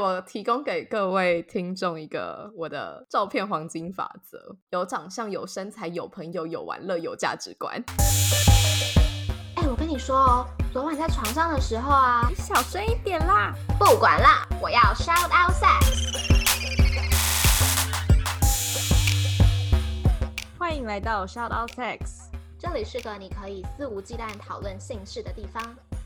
我提供给各位听众一个我的照片黄金法则：有长相、有身材、有朋友、有玩乐、有价值观。 我跟你说哦，昨晚在床上的时候啊， 你小声一点啦！ 不管啦，我要 shout out sex。 欢迎来到 Shout Out Sex， 这里是个你可以肆无忌惮讨论性事的地方。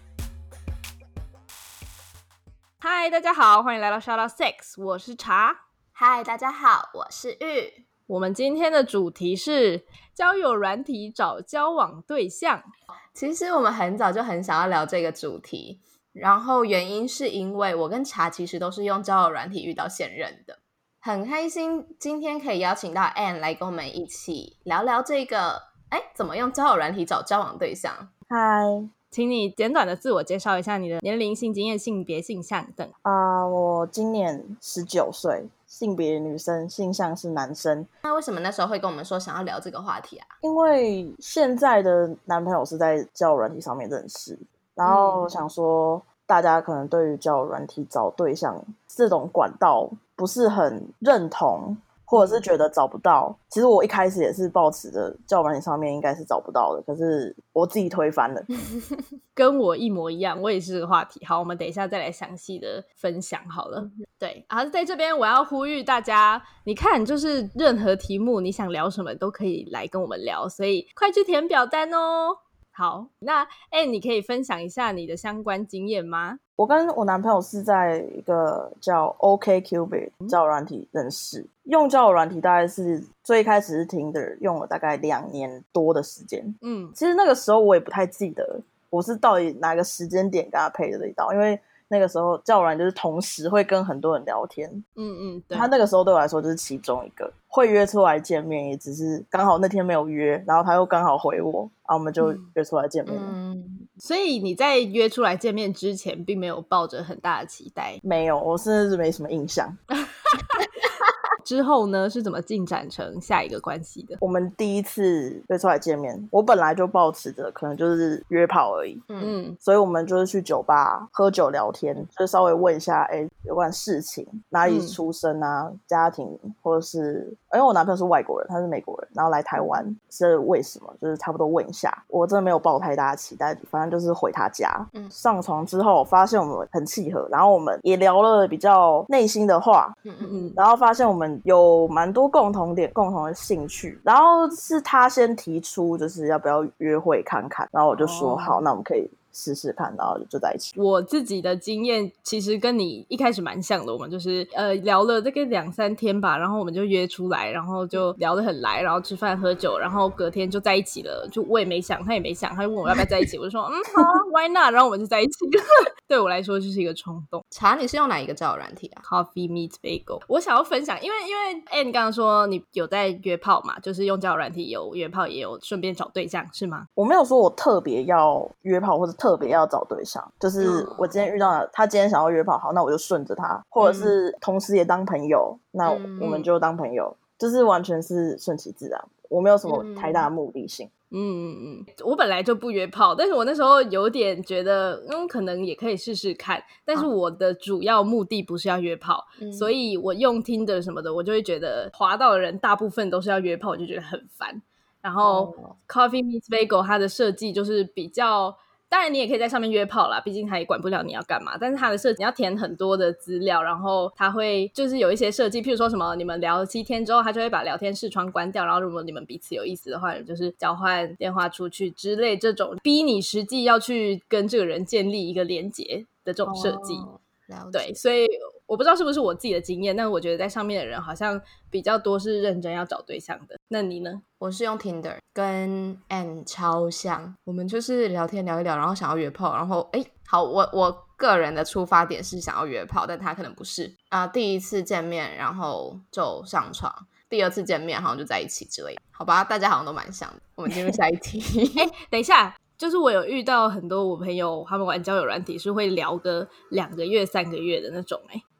嗨，大家好，欢迎来到 Shout Out Sex， 我是茶。 嗨，大家好，我是玉。 我们今天的主题是交友软体找交往对象。其实我们很早就很想要聊这个主题，然后原因是因为我跟茶其实都是用交友软体遇到现任的。很开心今天可以邀请到 Anne 来跟我们一起聊聊这个怎么用交友软体找交往对象。 嗨， 请你简短的自我介绍一下你的年龄、性经验、性别、性向等。 我今年19岁，性别女生，性向是男生。 那为什么那时候会跟我们说想要聊这个话题啊？ 因为现在的男朋友是在交友软体上面认识，然后想说大家可能对于交友软体找对象这种管道不是很认同，或者是觉得找不到。其实我一开始也是抱持着交友软体上面应该是找不到的，可是我自己推翻了。 跟我一模一样，我也是这个话题。好，我们等一下再来详细的分享好了。对，然后在这边我要呼吁大家，你看就是任何题目你想聊什么都可以来跟我们聊，所以快去填表单哦。好，那你可以分享一下你的相关经验吗？ 我跟我男朋友是在一个叫 OkCupid 交友软体认识，用交友软体大概是最开始是 Tinder， 用了大概2年多的时间。其实那个时候我也不太记得我是到底哪个时间点跟他配的这一道，因为那个时候交友软体就是同时会跟很多人聊天。对，他那个时候对我来说就是其中一个会约出来见面，也只是刚好那天没有约，然后他又刚好回我，然后我们就约出来见面了。 所以你在约出来见面之前并没有抱着很大的期待？ 没有，我甚至是没什么印象。 之后呢，是怎么进展成下一个关系的？ 我们第一次约出来见面，我本来就抱持着可能就是约炮而已。所以我们就是去酒吧喝酒聊天，就稍微问一下有关事情，哪里出生啊，家庭，或者是因为我男朋友是外国人，他是美国人，然后来台湾是为什么，就是差不多问一下。我真的没有抱太大的期待，反正就是回他家。上床之后发现我们很契合，然后我们也聊了比较内心的话。然后发现我们有蛮多共同点、共同的兴趣，然后是他先提出就是要不要约会看看，然后我就说好，那我们可以试试看，然后就在一起。 我自己的经验其实跟你一开始蛮像的，我们就是聊了大概2-3天吧，然后我们就约出来，然后就聊得很来，然后吃饭喝酒，然后隔天就在一起了。就我也没想，他也没想，他就问我要不要在一起，我就说好啊 why not， 然后我们就在一起了。对我来说就是一个冲动。茶，你是用哪一个交友软体啊？ Coffee Meets Bagel。 我想要分享，因为你刚刚说你有在约炮嘛，就是用交友软体有约炮也有顺便找对象是吗？ 我没有说我特别要约炮或者特别要找对象，就是我今天遇到他今天想要约炮，好，那我就顺着他，或者是同时也当朋友，那我们就当朋友，就是完全是顺其自然，我没有什么太大的目的性。 我本来就不约炮，但是我那时候有点觉得可能也可以试试看，但是我的主要目的不是要约炮，所以我用Tinder什么的，我就会觉得滑到的人大部分都是要约炮，我就觉得很烦。然后Coffee Meets Bagel 它的设计就是比较，当然你也可以在上面约炮啦，毕竟他也管不了你要干嘛，但是他的设计你要填很多的资料，然后他会就是有一些设计，譬如说什么你们聊7天之后，他就会把聊天视窗关掉，然后如果你们彼此有意思的话，就是交换电话出去之类，这种逼你实际要去跟这个人建立一个连结的这种设计。对，所以我不知道是不是我自己的经验，但我觉得在上面的人好像比较多是认真要找对象的。那你呢？我是用 Tinder， 跟 Anne 超像，我们就是聊天聊一聊，然后想要约炮，然后好，我个人的出发点是想要约炮，但他可能不是第一次见面然后就上床，第2次见面好像就在一起之类的。好吧，大家好像都蛮像的。我们进入下一题。等一下，就是我有遇到很多我朋友他们玩交友软体是会聊个2个月3个月的那种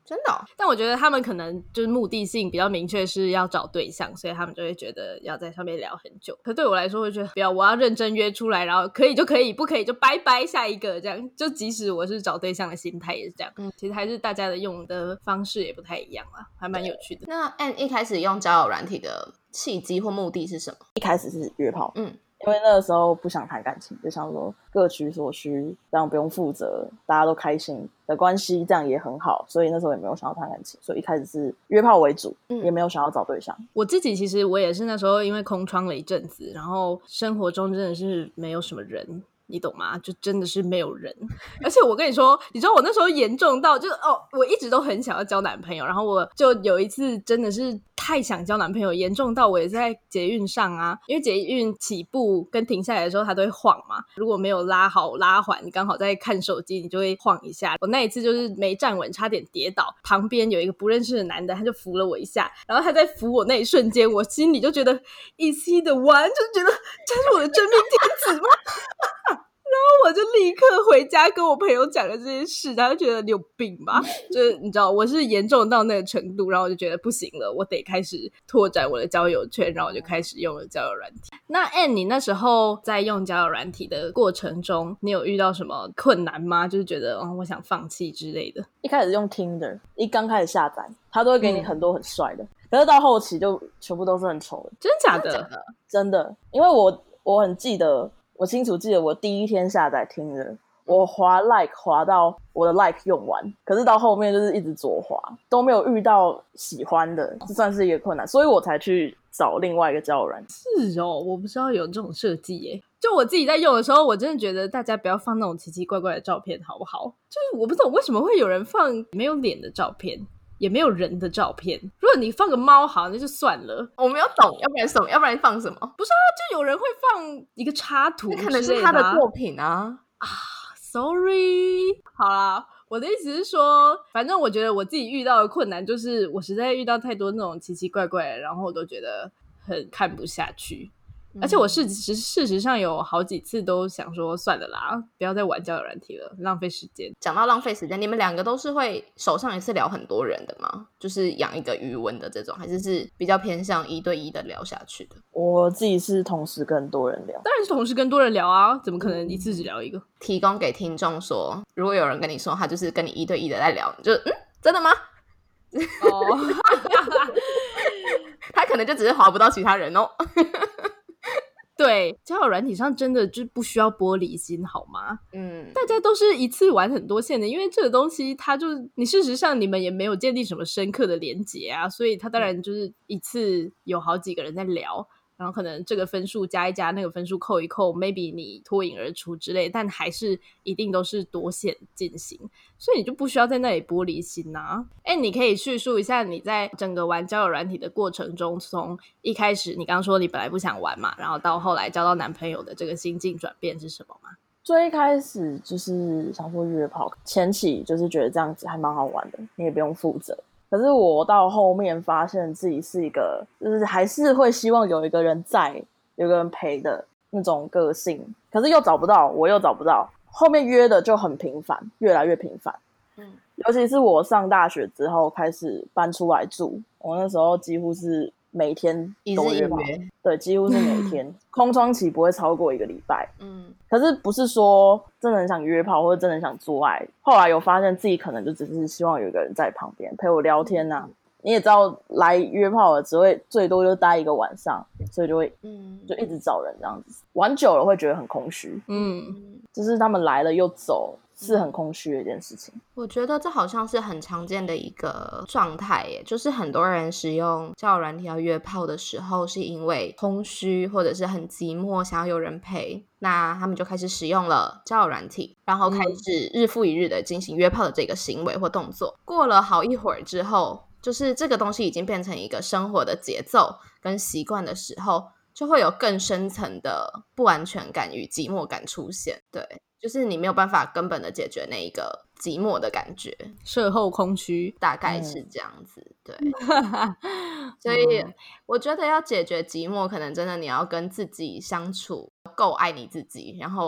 真的但我觉得他们可能就是目的性比较明确，是要找对象，所以他们就会觉得要在上面聊很久。可对我来说，我觉得不要，我要认真约出来，然后可以就可以，不可以就拜拜，下一个这样。就即使我是找对象的心态也是这样，其实还是大家的用的方式也不太一样啦，还蛮有趣的。 那 Anne 一开始用交友软体的契机或目的是什么？ 一开始是约炮，因为那个时候不想谈感情，就想说各取所需，这样不用负责，大家都开心的关系，这样也很好，所以那时候也没有想要谈感情，所以一开始是约炮为主，也没有想要找对象。 我自己其实我也是那时候因为空窗了一阵子，然后生活中真的是没有什么人，你懂吗？就真的是没有人。而且我跟你说，你知道我那时候严重到就是我一直都很想要交男朋友，然后我就有一次真的是太想交男朋友，严重到我也是在捷运上啊，因为捷运起步跟停下来的时候它都会晃嘛，如果没有拉好拉环，你刚好在看手机，你就会晃一下。我那一次就是没站稳，差点跌倒，旁边有一个不认识的男的，他就扶了我一下，然后他在扶我那一瞬间，我心里就觉得 Is he the one？ 就觉得这是我的真命天子吗？然后我就立刻回家跟我朋友讲了这件事，他就觉得你有病吧，就是你知道我是严重到那个程度，然后我就觉得不行了，我得开始拓展我的交友圈，然后我就开始用了交友软体。那 Anne 你那时候在用交友软体的过程中，你有遇到什么困难吗？就是觉得我想放弃之类的。 一开始用 Tinder， 一刚开始下载他都会给你很多很帅的，可是到后期就全部都是很丑的。 真的假的？ 真的，因为我很记得，我清楚记得我第一天下载Tinder，我滑 like 滑到我的 like 用完，可是到后面就是一直左滑，都没有遇到喜欢的，这算是一个困难，所以我才去找另外一个交友软件。 是哦，我不知道有这种设计耶。就我自己在用的时候，我真的觉得大家不要放那种奇奇怪怪的照片好不好？就是我不懂为什么会有人放没有脸的照片，也没有人的照片。如果你放个猫好那就算了， 我没有懂，要不然什么？要不然放什么？ 不是啊，就有人会放一个插图之类的， 那可能是他的作品啊。 Sorry， 好啦，我的意思是说，反正我觉得我自己遇到的困难就是我实在遇到太多那种奇奇怪怪的，然后我都觉得很看不下去。而且我事实上有好几次都想说算了啦，不要再玩交友软体了，浪费时间。 讲到浪费时间，你们两个都是会手上一次聊很多人的吗？就是养一个余温的这种，还是比较偏向一对一的聊下去的？ 我自己是同时跟很多人聊。 当然是同时跟多人聊啊，怎么可能一次只聊一个？ 提供给听众说，如果有人跟你说他就是跟你一对一的在聊，你就真的吗？他可能就只是滑不到其他人哦。 对，交友软体上真的就不需要玻璃心好吗？大家都是一次玩很多线的，因为这个东西它就是你事实上你们也没有建立什么深刻的连结啊，所以它当然就是一次有好几个人在聊，然后可能这个分数加一加，那个分数扣一扣 maybe 你脱颖而出之类，但还是一定都是多线进行，所以你就不需要在那里玻璃心啊。你可以叙述一下你在整个玩交友软体的过程中，从一开始你刚刚说你本来不想玩嘛，然后到后来交到男朋友的这个心境转变是什么吗？ 最一开始就是想说约炮，前期就是觉得这样子还蛮好玩的，你也不用负责。可是我到后面发现自己是一个就是还是会希望有一个人在，有个人陪的那种个性，可是又找不到，我又找不到，后面约的就很频繁，越来越频繁。尤其是我上大学之后开始搬出来住，我那时候几乎是每天都约炮，对，几乎是每天空窗期不会超过1个礼拜。可是不是说真的很想约炮或者真的很想做爱，后来有发现自己可能就只是希望有一个人在旁边陪我聊天啊。你也知道来约炮的只会最多就待1个晚上，所以就会就一直找人这样子，玩久了会觉得很空虚。就是他们来了又走，是很空虚的一件事情。 我觉得这好像是很常见的一个状态耶，就是很多人使用交友软体要约炮的时候是因为空虚或者是很寂寞想要有人陪，那他们就开始使用了交友软体，然后开始日复一日的进行约炮的这个行为或动作。过了好一会儿之后，就是这个东西已经变成一个生活的节奏跟习惯的时候，就会有更深层的不安全感与寂寞感出现。对，就是你没有办法根本的解决那一个寂寞的感觉， 售后空虚大概是这样子。对，所以我觉得要解决寂寞，可能真的你要跟自己相处，够爱你自己，然后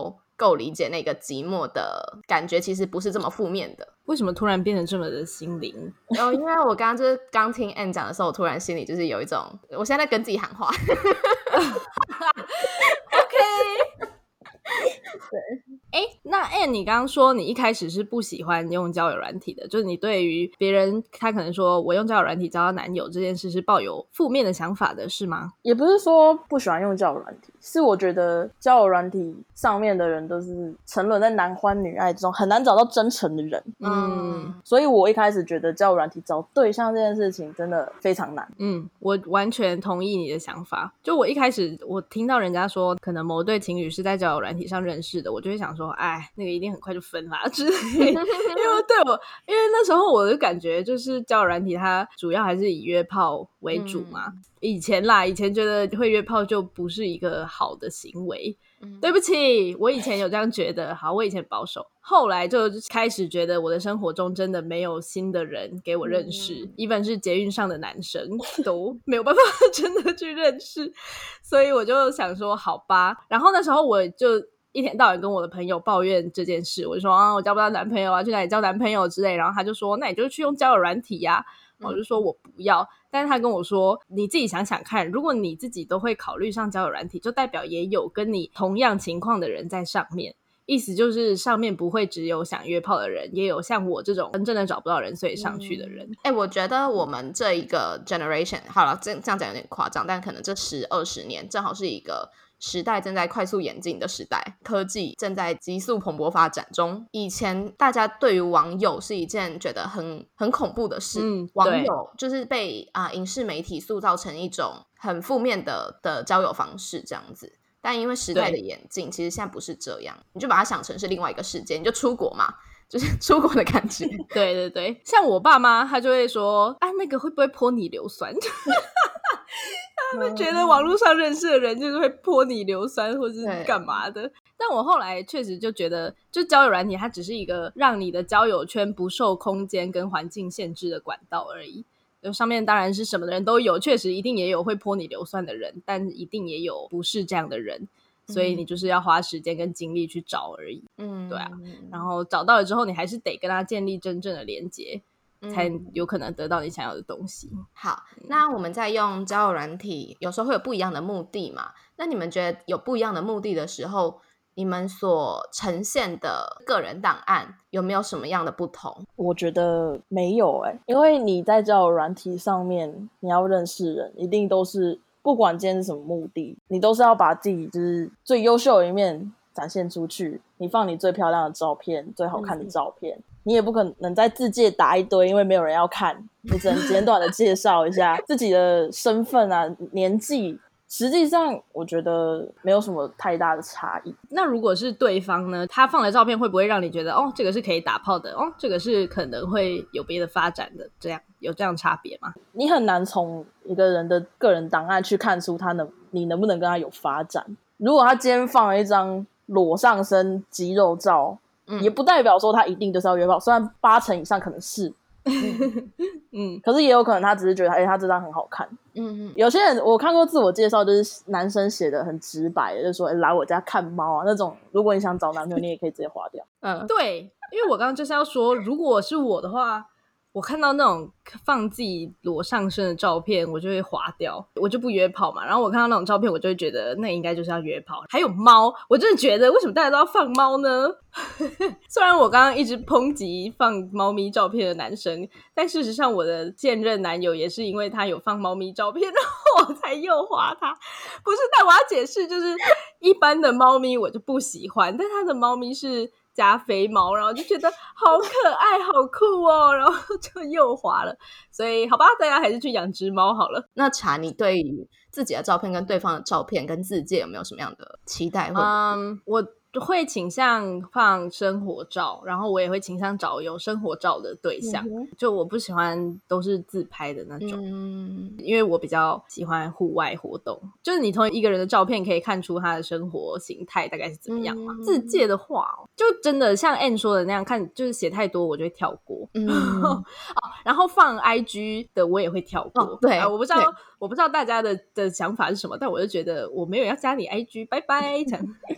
够理解那个寂寞的感觉其实不是这么负面的。 为什么突然变成这么的心灵？ 因为我刚刚听 Anne 讲的时候，我突然心里就是有一种，我现在在跟自己喊话。 OK 对，那 Anne 你刚刚说你一开始是不喜欢用交友软体的，就是你对于别人他可能说我用交友软体交到男友这件事是抱有负面的想法的是吗？ 也不是说不喜欢用交友软体，是我觉得交友软体上面的人都是沉沦在男欢女爱之中，很难找到真诚的人。所以我一开始觉得交友软体找对象这件事情真的非常难。 我完全同意你的想法。就我一开始我听到人家说可能某对情侣是在交友软体上认识的，我就会想说哎，那个一定很快就分啦之类因为那时候我的感觉就是交友软体它主要还是以约炮为主嘛。以前觉得会约炮就不是一个好的行为。对不起，我以前有这样觉得。好，我以前保守，后来就开始觉得我的生活中真的没有新的人给我认识，even 是捷运上的男生都没有办法真的去认识，所以我就想说好吧。然后那时候我就一天到晚跟我的朋友抱怨这件事，我就说我交不到男朋友啊，去哪里交男朋友之类，然后他就说那你就去用交友软体啊。我就说我不要，但是他跟我说你自己想想看，如果你自己都会考虑上交友软体，就代表也有跟你同样情况的人在上面，意思就是上面不会只有想约炮的人，也有像我这种真的找不到人所以上去的人。 我觉得我们这一个 generation 好了，这样讲有点夸张，但可能这10-20年正好是一个时代正在快速演进的时代，科技正在急速蓬勃发展中。以前大家对于网友是一件觉得很恐怖的事，网友就是被影视媒体塑造成一种很负面的交友方式这样子。但因为时代的演进，其实现在不是这样，你就把它想成是另外一个世界，你就出国嘛，就是出国的感觉。 对对对，像我爸妈他就会说那个会不会泼你硫酸他们觉得网络上认识的人就是会泼你硫酸或是干嘛的。但我后来确实就觉得就交友软体它只是一个让你的交友圈不受空间跟环境限制的管道而已，就上面当然是什么的人都有，确实一定也有会泼你硫酸的人，但一定也有不是这样的人，所以你就是要花时间跟精力去找而已。对啊，然后找到了之后你还是得跟他建立真正的连结，才有可能得到你想要的东西。 好，那我们在用交友软体有时候会有不一样的目的嘛，那你们觉得有不一样的目的的时候，你们所呈现的个人档案有没有什么样的不同？ 我觉得没有因为你在交友软体上面你要认识人，一定都是不管今天是什么目的，你都是要把自己就是最优秀的一面展现出去，你放你最漂亮的照片，最好看的照片，你也不可能在自介打一堆，因为没有人要看，你只能简短的介绍一下自己的身份啊、年纪。实际上我觉得没有什么太大的差异。 那如果是对方呢，他放的照片会不会让你觉得这个是可以打炮的，这个是可能会有别的发展的，这样有这样差别吗？ 你很难从一个人的个人档案去看出你能不能跟他有发展。如果他今天放了一张裸上身肌肉照，也不代表说他一定就是要约炮，虽然80%以上可能是可是也有可能他只是觉得他这张很好看。有些人我看过自我介绍，就是男生写的很直白的，就是说来我家看猫啊那种，如果你想找男朋友你也可以直接划掉。 对，因为我刚刚就是要说，如果是我的话，我看到那种放自己裸上身的照片我就会滑掉，我就不约炮嘛。然后我看到那种照片我就会觉得那应该就是要约炮。还有猫，我真的觉得为什么大家都要放猫呢虽然我刚刚一直抨击放猫咪照片的男生，但事实上我的现任男友也是因为他有放猫咪照片然后我才诱惑他。不是，但我要解释，就是一般的猫咪我就不喜欢，但他的猫咪是加肥毛，然后就觉得好可爱好酷哦，然后就诱惑了。所以好吧，大家还是去养只猫好了。 那茶，你对于自己的照片跟对方的照片跟自介有没有什么样的期待？ 我会倾向放生活照，然后我也会倾向找有生活照的对象，就我不喜欢都是自拍的那种因为我比较喜欢户外活动，就是你从一个人的照片可以看出他的生活形态大概是怎么样嘛。自介的话就真的像 Anne 说的那样，看就是写太多我就会跳过然后放 IG 的我也会跳过对我不知道大家的想法是什么，但我就觉得我没有要加你 IG， 拜拜这样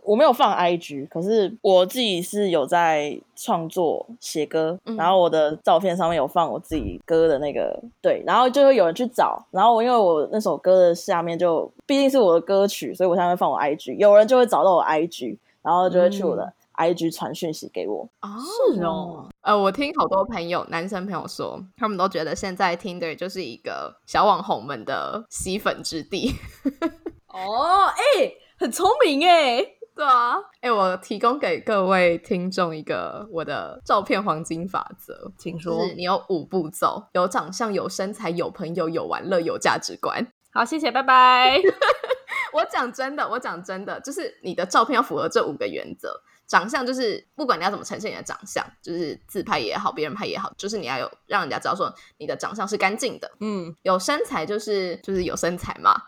我没有放 IG， 可是我自己是有在创作写歌，然后我的照片上面有放我自己歌的那个，对，然后就会有人去找，然后因为我那首歌的下面就毕竟是我的歌曲，所以我下面放我 IG， 有人就会找到我 IG， 然后就会去我的IG 传讯息给我。 是哦， 我听好多朋友，男生朋友说，他们都觉得现在 Tinder 就是一个小网红们的吸粉之地。 哦，很聪明耶。 对啊，我提供给各位听众一个我的照片黄金法则， 请说。 就是你有5步骤：有长相、有身材、有朋友、有玩乐、有价值观。 好，谢谢，拜拜。 我讲真的，就是你的照片要符合这5个原则。长相就是不管你要怎么呈现你的长相，就是自拍也好，别人拍也好，就是你要有让人家知道说你的长相是干净的。有身材就是有身材嘛。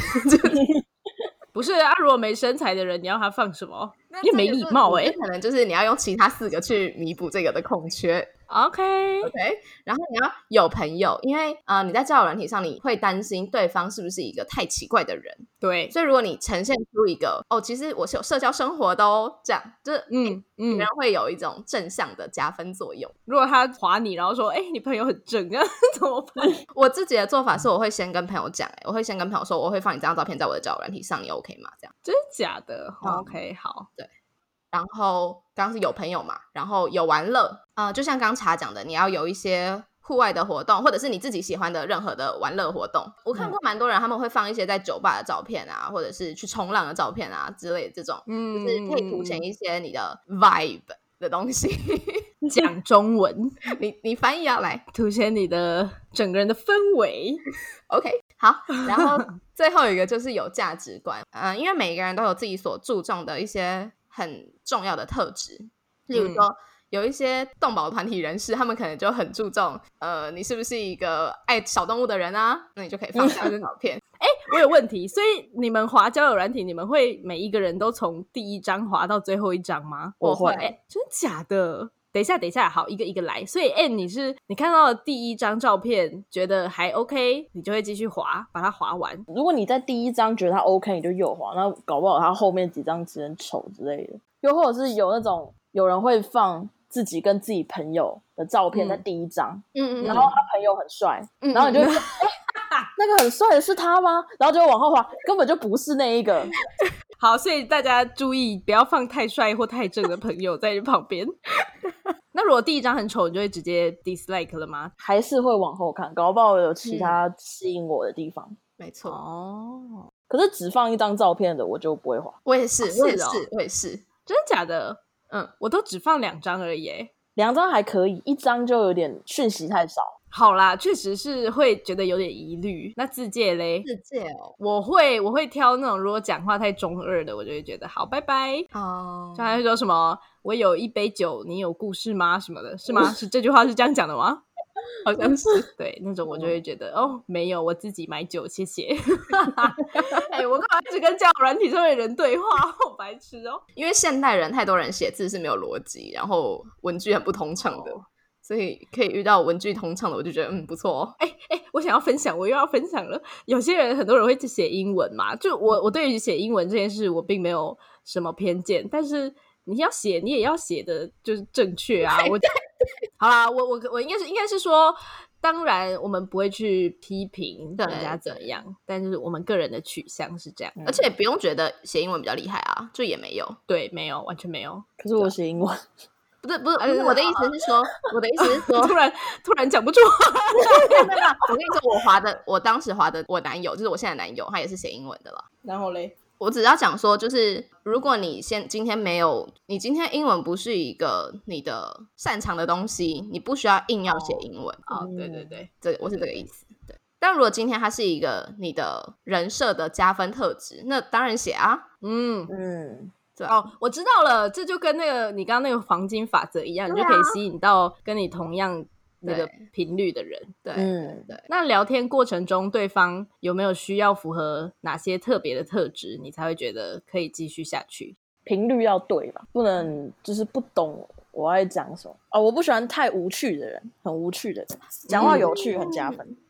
不是啊，如果没身材的人，你要他放什么？也没礼貌可能就是你要用其他4个去弥补这个的空缺。 OK， 然后你要有朋友，因为你在交友软体上，你会担心对方是不是一个太奇怪的人。 对， 所以如果你呈现出一个其实我是有社交生活的这样就是别人会有一种正向的加分作用。 如果他滑你，然后说你朋友很正啊，怎么办？ 我自己的做法是我会先跟朋友讲，我会先跟朋友说我会放你这张照片在我的交友软体上，你 OK 吗？这样。 真的假的？OK， 好。 对。然后刚刚是有朋友嘛，然后有玩乐，就像刚茶讲的，你要有一些户外的活动，或者是你自己喜欢的任何的玩乐活动。我看过蛮多人他们会放一些在酒吧的照片啊，或者是去冲浪的照片啊之类的这种，就是可以凸显一些你的 vibe 的东西。 讲中文， 你翻译啊，来凸显你的整个人的氛围。 OK， 好，然后最后一个就是有价值观。因为每个人都有自己所注重的一些很重要的特质，例如说有一些动保团体人士，他们可能就很注重你是不是一个爱小动物的人啊，那你就可以放下这照片。 我有问题，所以你们滑交友软体，你们会每一个人都从第1张滑到最后1张吗？ 我会。 真的假的？等一下，好，一个一个来。所以你看到第1张照片觉得还 OK， 你就会继续滑，把它滑完。 如果你在第1张觉得它 OK， 你就右滑，那搞不好它后面几张只能丑之类的。又或者是有那种有人会放自己跟自己朋友的照片在第1张，然后他朋友很帅，然后你就说那个很帅的是他吗？然后就往后滑，根本就不是那一个。 好，所以大家注意不要放太帅或太正的朋友在你旁边。那如果第1张很丑，你就会直接 dislike 了吗？ 还是会往后看，搞不好有其他吸引我的地方。 没错。 可是只放1张照片的我就不会滑。 我也是。 真的假的？我都只放2张而已。 2张还可以，1张就有点讯息太少。 好啦，确实是会觉得有点疑虑。那自介嘞？ 自介我会挑那种如果讲话太中二的，我就会觉得好，拜拜。就他会说什么我有1杯酒，你有故事吗？什么的，是吗？是这句话是这样讲的吗？好像是。对，那种我就会觉得没有，我自己买酒，谢谢。我干嘛一直跟交友软体上面的人对话？好白痴哦。 因为现代人太多人写字是没有逻辑，然后文句很不通畅的。所以可以遇到文句通畅的，我就觉得不错哦。 我想要分享，我又要分享了。有些人很多人会写英文嘛，就我对于写英文这件事，我并没有什么偏见，但是你要写，你也要写的就是正确啊。好啦，我应该是说，当然我们不会去批评人家怎么样，但是我们个人的取向是这样， 而且不用觉得写英文比较厉害啊，就也没有。 对，没有，完全没有。 可是我写英文。 不是，我的意思是说， 突然讲不出话。 我跟你说，我当时滑的我男友，就是我现在的男友，他也是写英文的啦。 然后嘞， 我只要讲说，就是如果你今天英文不是一个你的擅长的东西，你不需要硬要写英文。对，我是这个意思。对，但如果今天它是一个你的人设的加分特质，那当然写啊。 我知道了，这就跟那个你刚刚那个黄金法则一样，你就可以吸引到跟你同样那个频率的人。 对， 那聊天过程中，对方有没有需要符合哪些特别的特质，你才会觉得可以继续下去？ 频率要对吧？不能就是不懂我在讲什么。我不喜欢太无趣的人，很无趣的人，讲话有趣很加分。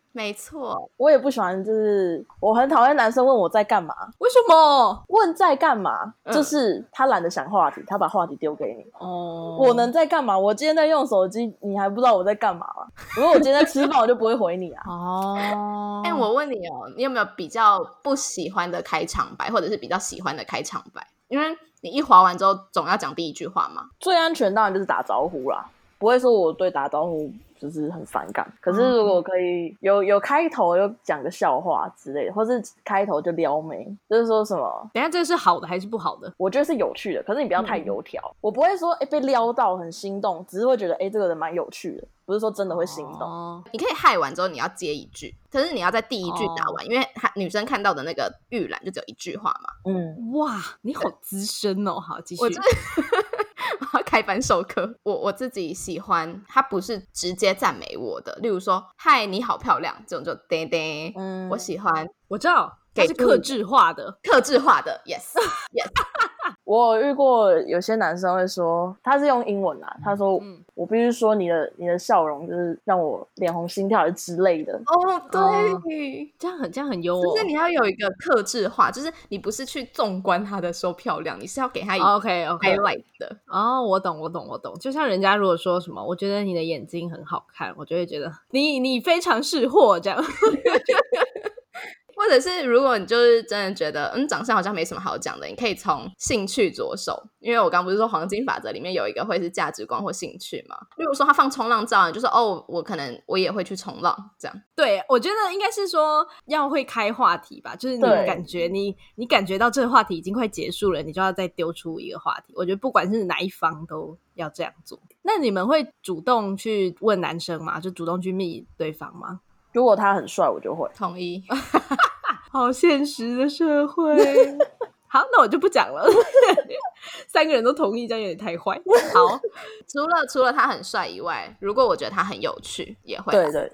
没错， 我也不喜欢，就是我很讨厌男生问我在干嘛。 为什么？ 问在干嘛，就是他懒得想话题，他把话题丢给你。我能在干嘛？我今天在用手机，你还不知道我在干嘛吗？如果我今天在吃饭，我就不会回你啊。 我问你你有没有比较不喜欢的开场白，或者是比较喜欢的开场白？因为你一滑完之后，总要讲第一句话嘛。 最安全当然就是打招呼啦，不会说我对打招呼就是很反感。可是如果可以有开头，又讲个笑话之类的，或是开头就撩妹，就是说什么？ 等一下，这是好的还是不好的？ 我觉得是有趣的，可是你不要太油条。我不会说被撩到很心动，只是会觉得这个人蛮有趣的，不是说真的会心动。 你可以嗨完之后你要接一句，可是你要在第一句打完，因为女生看到的那个预览就只有一句话嘛。 哇，你好资深哦。好，继续。 我要开班授课。我自己喜欢他不是直接赞美我的，例如说嗨你好漂亮这种就叮叮。我喜欢， 我知道它是客制化的yes 我有遇过有些男生会说，他是用英文啊，他说我必须说你的笑容就是让我脸红心跳之类的。 对， 这样很优就是你要有一个客制化，就是你不是去纵观他的说漂亮，你是要给他 OK highlight 的。 我懂。就像人家如果说什么，我觉得你的眼睛很好看，我就会觉得你非常识货这样。 或者是如果你就是真的觉得长相好像没什么好讲的，你可以从兴趣着手，因为我刚不是说黄金法则里面有一个会是价值观或兴趣嘛。例如说他放冲浪照，你就说我也会去冲浪这样。 对，我觉得应该是说要会开话题吧，就是你感觉你感觉到这个话题已经快结束了，你就要再丢出一个话题。我觉得不管是哪一方都要这样做。那你们会主动去问男生吗？就主动去密对方吗？ 如果他很帅我就会。 同意。 好现实的社会。好，那我就不讲了。3个人都同意，这样有点太坏。好， 除了他很帅以外，如果我觉得他很有趣也会。 对，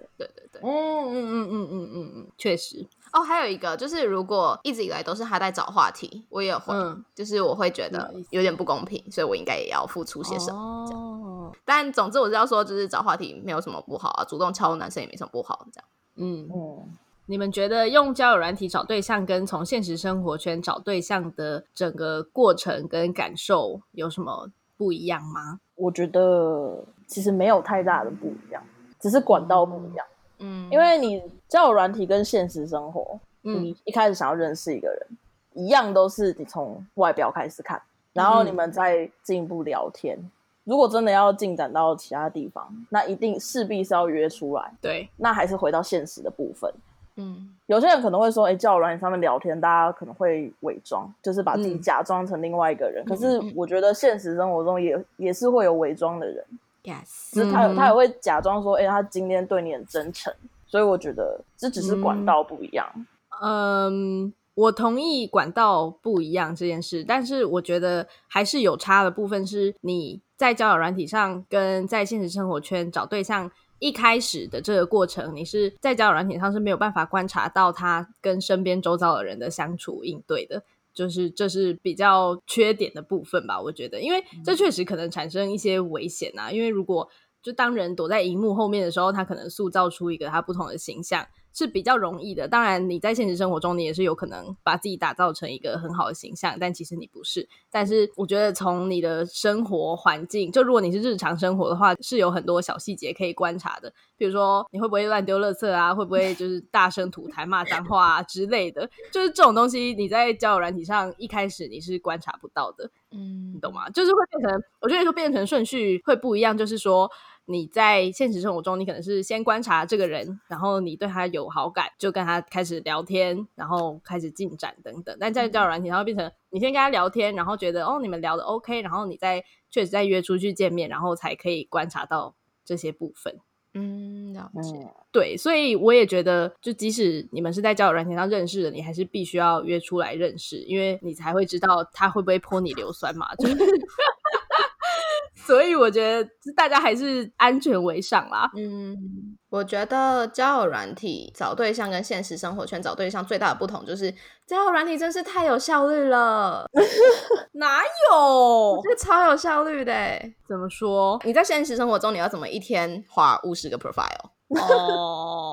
确实。 还有一个就是如果一直以来都是他在找话题，我也会就是我会觉得有点不公平，所以我应该也要付出些什么但总之我是要说，就是找话题没有什么不好啊，主动敲男生也没什么不好这样。 你们觉得用交友软体找对象跟从现实生活圈找对象的整个过程跟感受有什么不一样吗？ 我觉得其实没有太大的不一样，只是管道不一样。因为你交友软体跟现实生活，你一开始想要认识一个人，一样都是你从外表开始看，然后你们再进一步聊天。如果真的要进展到其他地方，那一定势必是要约出来。 对， 那还是回到现实的部分。有些人可能会说交友软件上面聊天大家可能会伪装，就是把自己假装成另外一个人。可是我觉得现实生活中也是会有伪装的人。 Yes， 只是他也会假装说他今天对你很真诚。所以我觉得这只是管道不一样。 我同意管道不一样这件事，但是我觉得还是有差的部分是你在交友软体上跟在现实生活圈找对象一开始的这个过程，你是在交友软体上是没有办法观察到他跟身边周遭的人的相处应对的，就是这是比较缺点的部分吧，我觉得。因为这确实可能产生一些危险啊，因为如果就当人躲在荧幕后面的时候，他可能塑造出一个他不同的形象是比较容易的。当然你在现实生活中你也是有可能把自己打造成一个很好的形象，但其实你不是。但是我觉得从你的生活环境，就如果你是日常生活的话，是有很多小细节可以观察的，比如说你会不会乱丢垃圾啊，会不会就是大声吐痰骂脏话啊之类的，就是这种东西你在交友软体上一开始你是观察不到的。你懂吗？就是会变成，我觉得说变成顺序会不一样，就是说你在现实生活中你可能是先观察这个人，然后你对他有好感就跟他开始聊天，然后开始进展等等。但在交友软体上会变成你先跟他聊天，然后觉得你们聊得 OK， 然后你再确实再约出去见面，然后才可以观察到这些部分。 了解。 对，所以我也觉得就即使你们是在交友软件上认识的，你还是必须要约出来认识，因为你才会知道他会不会泼你硫酸嘛，就是所以我觉得大家还是安全为上啦。 我觉得交友软体找对象跟现实生活圈找对象最大的不同就是交友软体真是太有效率了。 哪有？ 我觉得超有效率的耶。 怎么说？ 你在现实生活中你要怎么一天滑50个 profile？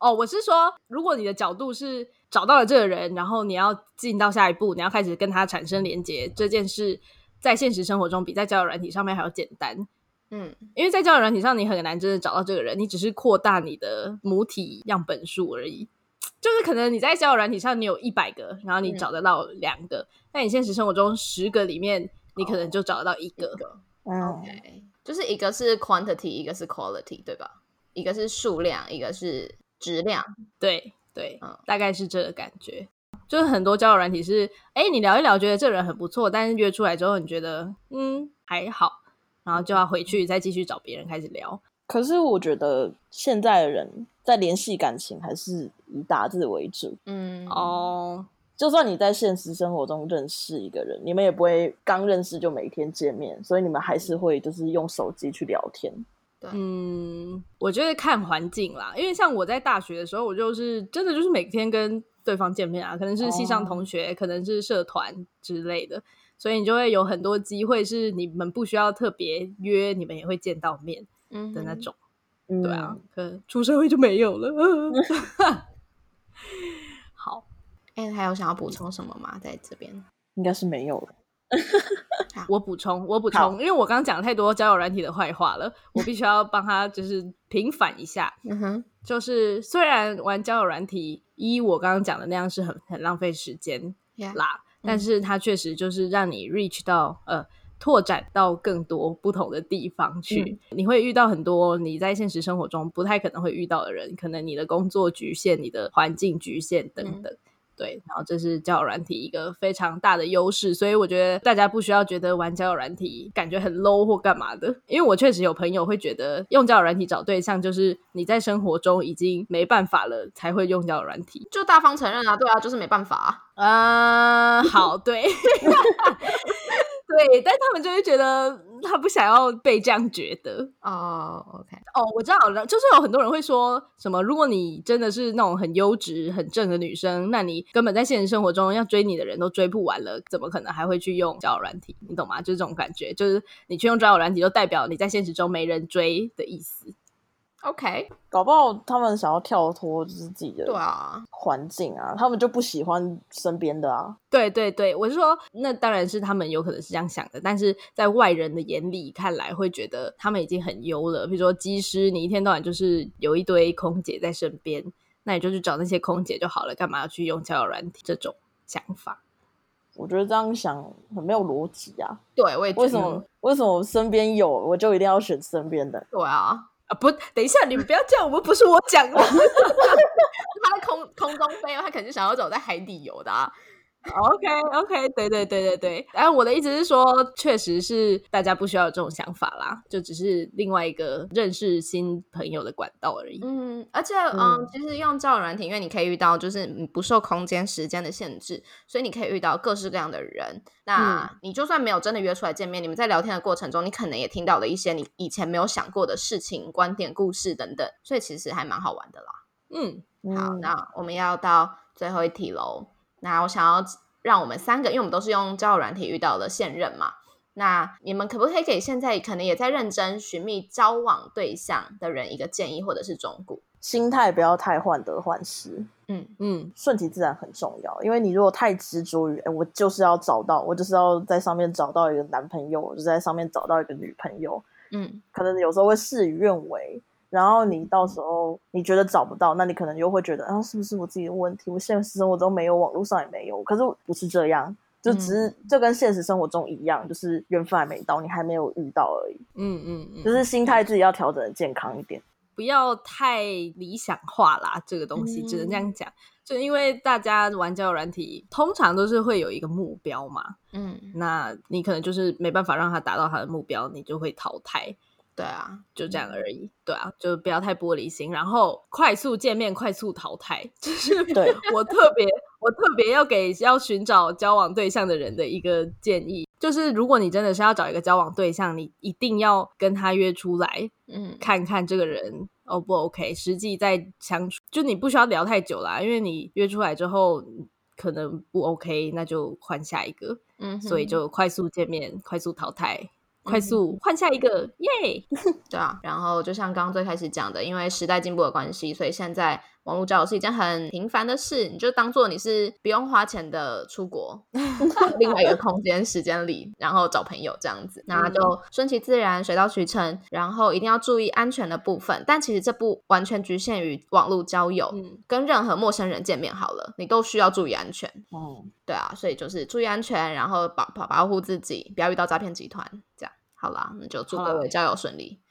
我是说如果你的角度是找到了这个人，然后你要进到下一步，你要开始跟他产生连结，这件事在现实生活中比在交友软体上面还要简单。因为在交友软体上你很难真的找到这个人，你只是扩大你的母体样本数而已。就是可能你在交友软体上你有100个，然后你找得到2个，但你现实生活中10个里面你可能就找得到1个。 OK， 就是一个是 quantity， 一个是 quality， 对吧？一个是数量，一个是质量。 对，大概是这个感觉。就是很多交友软体是你聊一聊觉得这人很不错，但是约出来之后你觉得还好，然后就要回去再继续找别人开始聊。 可是我觉得现在的人在联系感情还是以打字为主。就算你在现实生活中认识一个人，你们也不会刚认识就每天见面，所以你们还是会就是用手机去聊天。 我觉得看环境啦，因为像我在大学的时候，我就是真的就是每天跟对方见面啊，可能是系上同学，可能是社团之类的，所以你就会有很多机会是你们不需要特别约，你们也会见到面的那种。对啊，可出社会就没有了。好， 还有想要补充什么吗？在这边应该是没有了。 我补充，因为我刚刚讲太多交友软体的坏话了，我必须要帮他就是平反一下。就是虽然玩交友软体依我刚刚讲的那样是很浪费时间啦，但是它确实就是让你 reach 到拓展到更多不同的地方去。你会遇到很多你在现实生活中不太可能会遇到的人，可能你的工作局限，你的环境局限等等。对，然后这是交友软体一个非常大的优势，所以我觉得大家不需要觉得玩交友软体感觉很 low 或干嘛的，因为我确实有朋友会觉得用交友软体找对象就是你在生活中已经没办法了才会用交友软体， 就大方承认啊。对啊，就是没办法啊。 好，对。对，但他们就会觉得他不想要被这样觉得。 OK。 我知道了，就是有很多人会说什么，如果你真的是那种很优质很正的女生，那你根本在现实生活中要追你的人都追不完了，怎么可能还会去用交友软体？你懂吗？就是这种感觉，就是你去用交友软体就代表你在现实中没人追的意思。 OK， 搞不好他们想要跳脱就是自己的环境啊，他们就不喜欢身边的啊。 对，我是说那当然是他们有可能是这样想的，但是在外人的眼里看来会觉得他们已经很优了。比如说机师，你一天到晚就是有一堆空姐在身边，那你就去找那些空姐就好了，干嘛要去用交友软体？这种想法我觉得这样想很没有逻辑啊。 对，我也觉得为什么身边有我就一定要选身边的？ 对啊。 不，等一下，你们不要这样，我们不是我讲的。 他在空中飞，他肯定想要走在海底游的啊。 OK， 对。然后我的意思是说，确实是大家不需要有这种想法啦，就只是另外一个认识新朋友的管道而已。 而且其实用交友软体，因为你可以遇到就是你不受空间时间的限制，所以你可以遇到各式各样的人。那你就算没有真的约出来见面，你们在聊天的过程中，你可能也听到了一些你以前没有想过的事情、观点、故事等等，所以其实还蛮好玩的啦。好，那我们要到最后一题咯。那我想要让我们3个，因为我们都是用交友软体遇到的现任嘛，那你们可不可以给现在可能也在认真寻觅交往对象的人一个建议或者是忠告？ 心态不要太患得患失。顺其自然很重要，因为你如果太执着于我就是要找到，我就是要在上面找到一个男朋友，我就在上面找到一个女朋友，可能有时候会事与愿违，然后你到时候你觉得找不到，那你可能又会觉得是不是我自己的问题，我现实生活中没有，网络上也没有。可是不是这样，就只是就跟现实生活中一样，就是缘分还没到，你还没有遇到而已。就是心态自己要调整的健康一点， 不要太理想化啦，这个东西只能这样讲。就因为大家玩交友软体通常都是会有一个目标嘛，那你可能就是没办法让他达到他的目标，你就会淘汰。 对啊， 就这样而已。对啊，就不要太玻璃心，然后快速见面快速淘汰，就是对我特别要给要寻找交往对象的人的一个建议，就是如果你真的是要找一个交往对象，你一定要跟他约出来，看看这个人O 不 OK， 实际在相处，就你不需要聊太久啦，因为你约出来之后可能不 OK， 那就换下一个，所以就快速见面快速淘汰，快速换下一个，耶！ 对啊，然后就像刚刚最开始讲的，因为时代进步的关系，所以现在网络交友是一件很平凡的事，你就当做你是不用花钱的出国另外一个空间时间里然后找朋友这样子，那就顺其自然水到渠成，然后一定要注意安全的部分，但其实这不完全局限于网络交友，跟任何陌生人见面好了，你都需要注意安全。对啊，所以就是注意安全，然后保护自己，不要遇到诈骗集团，这样好啦，那就祝各位交友顺利。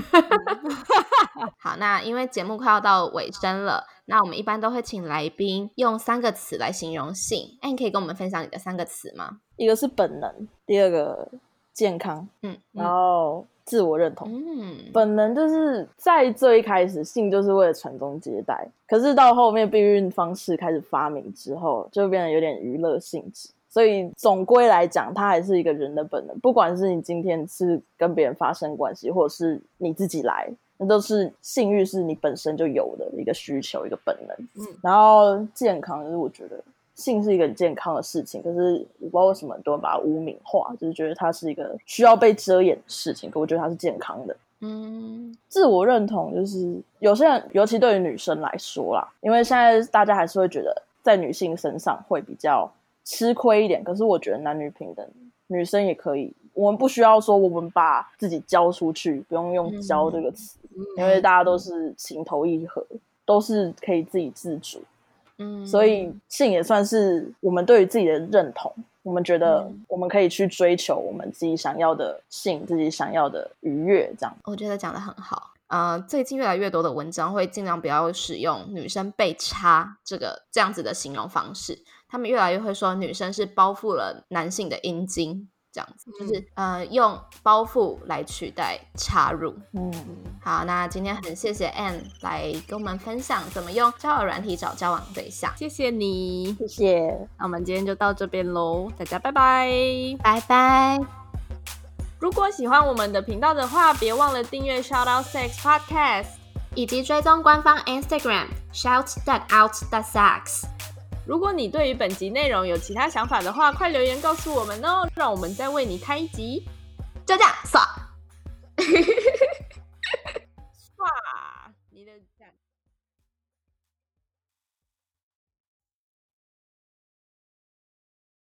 好，那因为节目快要到尾声了，那我们一般都会请来宾用3个词来形容性。你可以跟我们分享你的3个词吗？ 一个是本能，第二个健康，然后自我认同。本能就是在最一开始性就是为了传宗接代，可是到后面避孕方式开始发明之后，就变得有点娱乐性质。所以总归来讲，它还是一个人的本能，不管是你今天是跟别人发生关系，或者是你自己来，那都是性欲是你本身就有的一个需求，一个本能。然后健康就是我觉得性是一个很健康的事情，可是我不知道为什么很多人把它污名化，就是觉得它是一个需要被遮掩的事情，可我觉得它是健康的。自我认同就是有些人，尤其对于女生来说啦，因为现在大家还是会觉得在女性身上会比较吃亏一点，可是我觉得男女平等，女生也可以，我们不需要说我们把自己交出去，不用用交这个词，因为大家都是情投意合，都是可以自己自主。所以性也算是我们对于自己的认同，我们觉得我们可以去追求我们自己想要的性，自己想要的愉悦，这样。 我觉得讲得很好。最近越来越多的文章会尽量不要使用女生被插这样子的形容方式，他们越来越会说女生是包覆了男性的阴茎，这样子就是用包覆来取代插入。好，那今天很谢谢 Anne 来跟我们分享怎么用交友软体找交往对象。 谢谢你， 谢谢。 那我们今天就到这边咯，大家拜拜， 拜拜。 如果喜欢我们的频道的话，别忘了订阅 Shout Out Sex Podcast， 以及追踪官方 Instagram shout.out.sex。 如果你对于本集内容有其他想法的话，快留言告诉我们哦，让我们再为你开一集。 就这样，爽。